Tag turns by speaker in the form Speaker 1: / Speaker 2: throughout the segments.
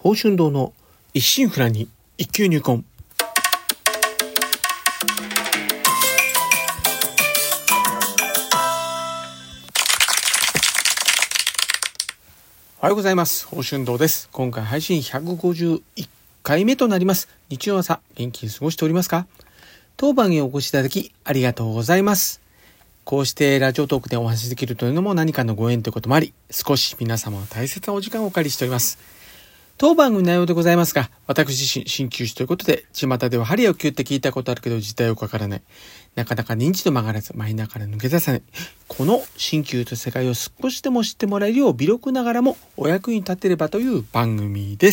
Speaker 1: 宝春堂の一心不乱に一級入魂。おはようございます。宝春堂です。今回配信151回目となります。日曜朝元気に過ごしておりますか？当番へお越しいただきありがとうございます。こうしてラジオトークでお話しできるというのも何かのご縁ということもあり、少し皆様の大切なお時間をお借りしております。当番組内容でございますが、私自身鍼灸師ということで、巷では針をキュって聞いたことあるけど実態よくわからない。なかなか認知度も上がらず、マイナーから抜け出さない。この鍼灸と世界を少しでも知ってもらえるよう微力ながらもお役に立てればという番組です。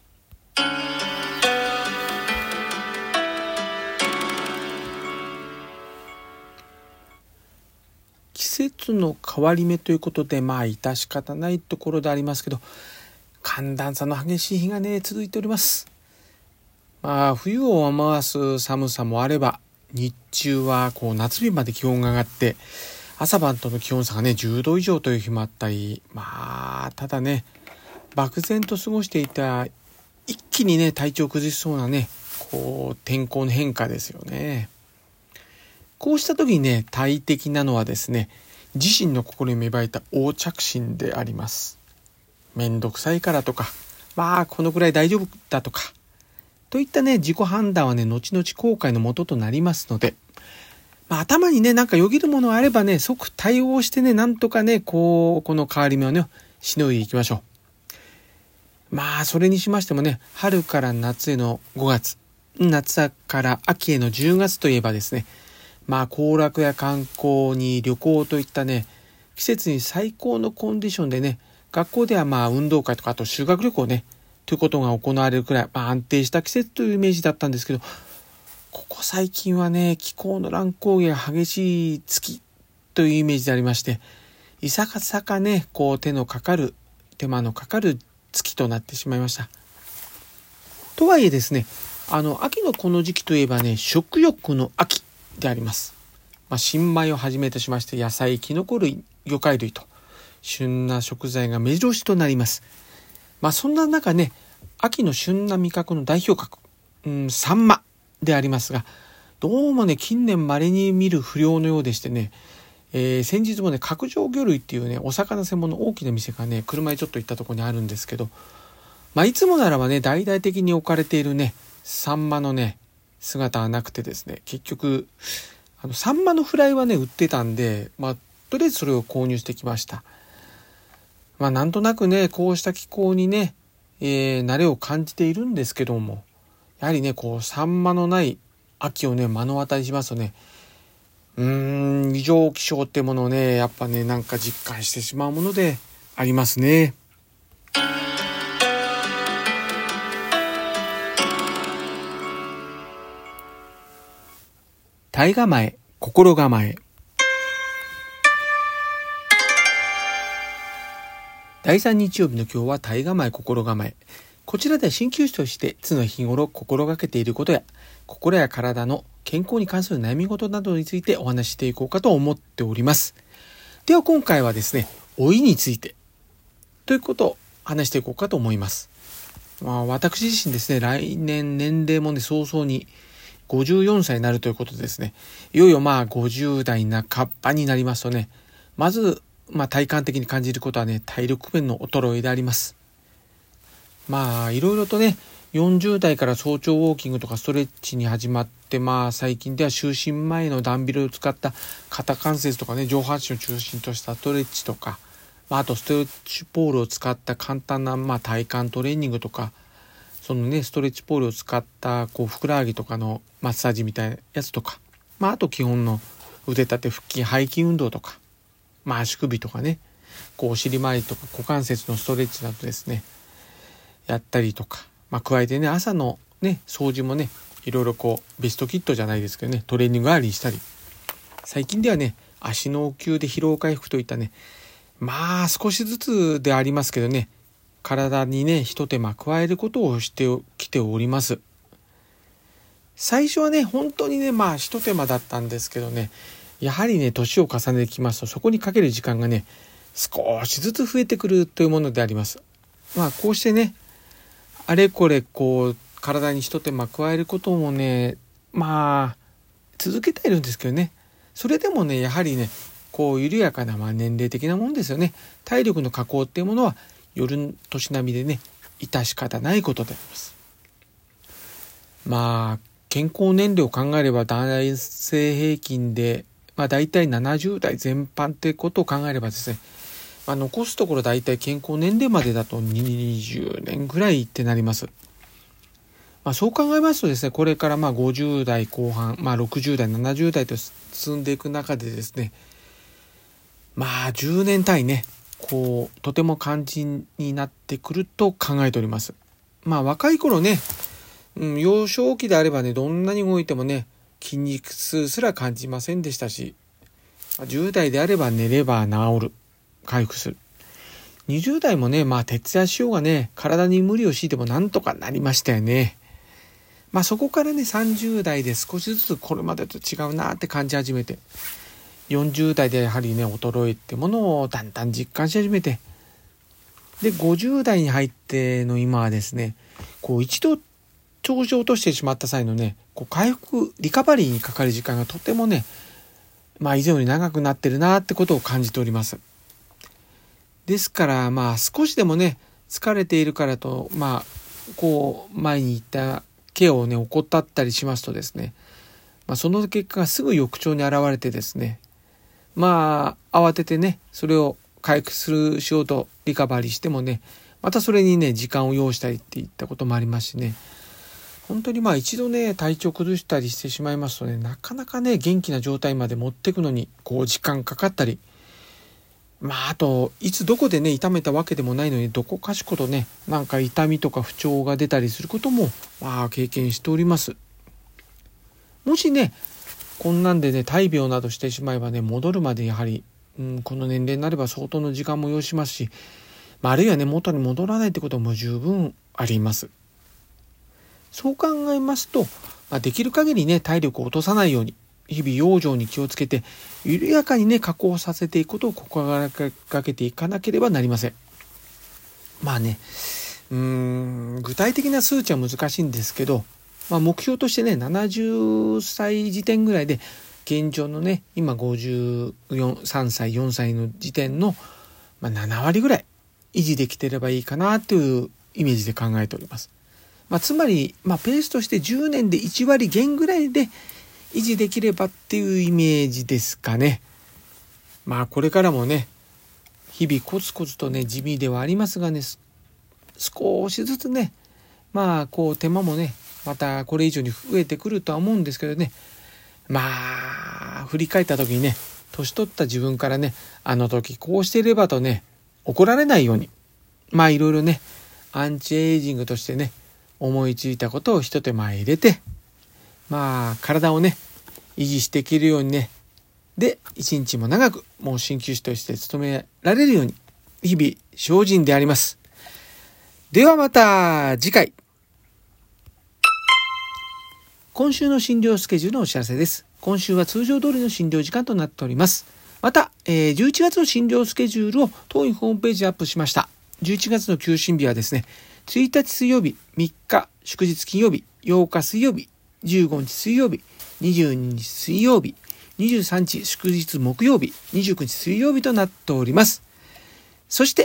Speaker 1: 季節の変わり目ということで、致し方ないところでありますけど、寒暖差の激しい日が続いております。冬を思わす寒さもあれば、日中は夏日まで気温が上がって、朝晩との気温差が10度以上という日もあったり、ただ漠然と過ごしていた一気に体調を崩しそうな天候の変化ですよね。こうした時に大敵なのはですね、自身の心に芽生えた横着心であります。めんどくさいからとか、このくらい大丈夫だとか、といった自己判断は後々後悔の元となりますので、頭によぎるものがあれば即対応してなんとかこの変わり目をしのいでいきましょう。それにしましても春から夏への5月、夏から秋への10月といえばですね、行楽や観光に旅行といった季節に最高のコンディションで学校では運動会とかあと修学旅行ということが行われるくらい、安定した季節というイメージだったんですけど、ここ最近は気候の乱高下が激しい月というイメージでありまして、いささか手間のかかる月となってしまいました。とはいえですね、秋のこの時期といえば食欲の秋であります。新米をはじめとしまして野菜、キノコ類、魚介類と旬な食材が目白押しとなります。そんな中秋の旬な味覚の代表格、サンマでありますが、どうも近年稀に見る不良のようでして先日も角上魚類っていうお魚専門の大きな店が車でちょっと行ったところにあるんですけど、いつもならば大々的に置かれているサンマの姿はなくてですね、結局サンマのフライは売ってたんで、とりあえずそれを購入してきました。なんとなくこうした気候に慣れを感じているんですけども、やはりサンマのない秋を目の当たりしますと異常気象ってものをやっぱ実感してしまうものでありますね。体構え、心構え。第3日曜日の今日は体構え、心構え。こちらでは鍼灸師として常日頃心がけていることや心や体の健康に関する悩み事などについてお話ししていこうかと思っております。では今回はですね、老いについてということを話していこうかと思います。私自身ですね、来年年齢も早々に54歳になるということでですね、いよいよ50代半ばになりますとまず体感的に感じることは体力面の衰えであります。いろいろと40代から早朝ウォーキングとかストレッチに始まって、最近では就寝前のダンベルを使った肩関節とか上半身を中心としたストレッチとか、あとストレッチポールを使った簡単な体幹トレーニングとか、そのストレッチポールを使ったふくらはぎとかのマッサージみたいなやつとか、あと基本の腕立て腹筋背筋運動とか、足首とかお尻周りとか股関節のストレッチなどですねやったりとか、加えて朝の掃除もいろいろベストキットじゃないですけどトレーニング代わりにしたり、最近では足の応急で疲労回復といった少しずつでありますけど体に一手間加えることをしてきております。最初は本当に一手間だったんですけどやはり年を重ねてきますと、そこにかける時間が少しずつ増えてくるというものであります。こうしてあれこれこう体に一手間加えることもね続けているんですけどね、それでもねやはりねこう緩やかな年齢的なもんですよね。体力の下降っていうものは夜年並みでね致し方ないことであります。健康年齢を考えれば男性平均でだいたい70代全般ってことを考えればですね、残すところだいたい健康年齢までだと20年ぐらいってなります。そう考えますとですね、これから50代後半、60代70代と進んでいく中でですね、10年単位ねこうとても肝心になってくると考えております。若い頃ね、幼少期であればねどんなに動いてもね筋肉痛すら感じませんでしたし、10代であれば寝れば治る、回復する。20代もね徹夜しようがね体に無理を強いてもなんとかなりましたよね。そこからね30代で少しずつこれまでと違うなって感じ始めて、40代でやはりね衰えってものをだんだん実感し始めて、で50代に入っての今はですねこう一度調子を落としてしまった際のねこう回復リカバリーにかかる時間がとてもね以前より長くなってるなってことを感じております。ですから少しでもね疲れているからとこう前に言ったケアをね怠ったりしますとですね、その結果がすぐ翌朝に現れてですね、慌ててねそれを回復しようとリカバリーしてもねまたそれにね時間を要したりっていったこともありますしね、本当に一度ね体調崩したりしてしまいますとねなかなかね元気な状態まで持っていくのにこう時間かかったり、あといつどこでね痛めたわけでもないのにどこかしことねなんか痛みとか不調が出たりすることも経験しております。もしねこんなんでね大病などしてしまえばね戻るまでやはり、この年齢になれば相当の時間も要しますし、あるいはね元に戻らないってことも十分あります。そう考えますと、できる限りね体力を落とさないように日々養生に気をつけて緩やかにね加工させていくことを心がけていかなければなりません。具体的な数値は難しいんですけど、目標としてね70歳時点ぐらいで現状のね今53歳4歳の時点の、7割ぐらい維持できてればいいかなというイメージで考えております。つまり、ペースとして10年で1割減ぐらいで維持できればっていうイメージですかね。これからもね日々コツコツとね地味ではありますがね少しずつねこう手間もねまたこれ以上に増えてくるとは思うんですけどね、振り返った時にね年取った自分からねあの時こうしていればとね怒られないようにいろいろねアンチエイジングとしてね思いついたことを一手間入れて体をね維持していけるようにねで一日も長くもう鍼灸師として務められるように日々精進であります。ではまた次回。今週の診療スケジュールのお知らせです。今週は通常通りの診療時間となっております。また、11月の診療スケジュールを当院ホームページにアップしました。11月の休診日はですね、1日水曜日、3日祝日金曜日、8日水曜日、15日水曜日、22日水曜日、23日祝日木曜日、29日水曜日となっております。そして、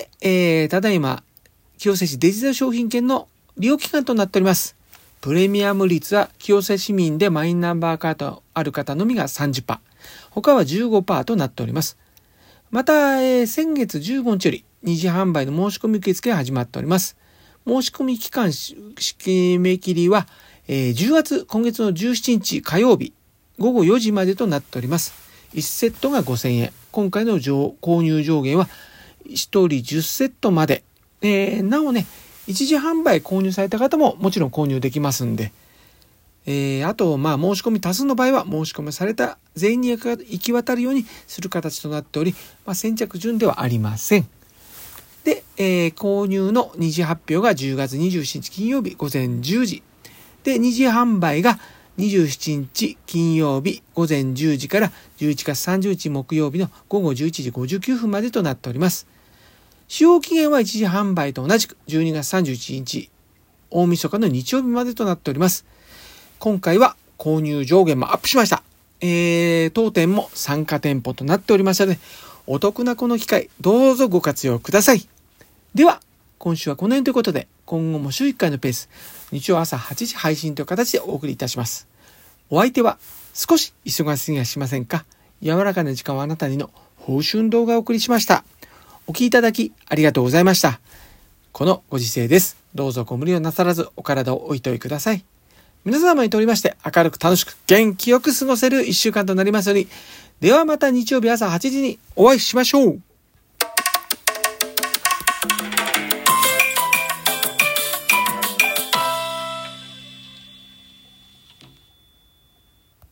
Speaker 1: ただいま清瀬市デジタル商品券の利用期間となっております。プレミアム率は清瀬市民でマイナンバーカードある方のみが 30%、他は 15% となっております。また、先月15日より二次販売の申し込み受付が始まっております。申し込み期間締め切りは、今月の17日火曜日午後4時までとなっております。1セットが5000円。今回の購入上限は1人10セットまで。なおね、一時販売購入された方ももちろん購入できますんで、あと申し込み多数の場合は申し込みされた全員に行き渡るようにする形となっており、先着順ではありません。で、購入の二次発表が10月27日金曜日午前10時で、二次販売が27日金曜日午前10時から11月30日木曜日の午後11時59分までとなっております。使用期限は一時販売と同じく12月31日大晦日の日曜日までとなっております。今回は購入上限もアップしました。当店も参加店舗となっておりましたので、お得なこの機会、どうぞご活用ください。では、今週はこの辺ということで、今後も週1回のペース、日曜朝8時配信という形でお送りいたします。お相手は、少し忙しすぎはしませんか？柔らかな時間をあなたにの報春動画をお送りしました。お聞きいただきありがとうございました。このご時世です。どうぞご無理をなさらずお体をおいといください。皆様にとりまして明るく楽しく元気よく過ごせる1週間となりますように。ではまた日曜日朝8時にお会いしましょう。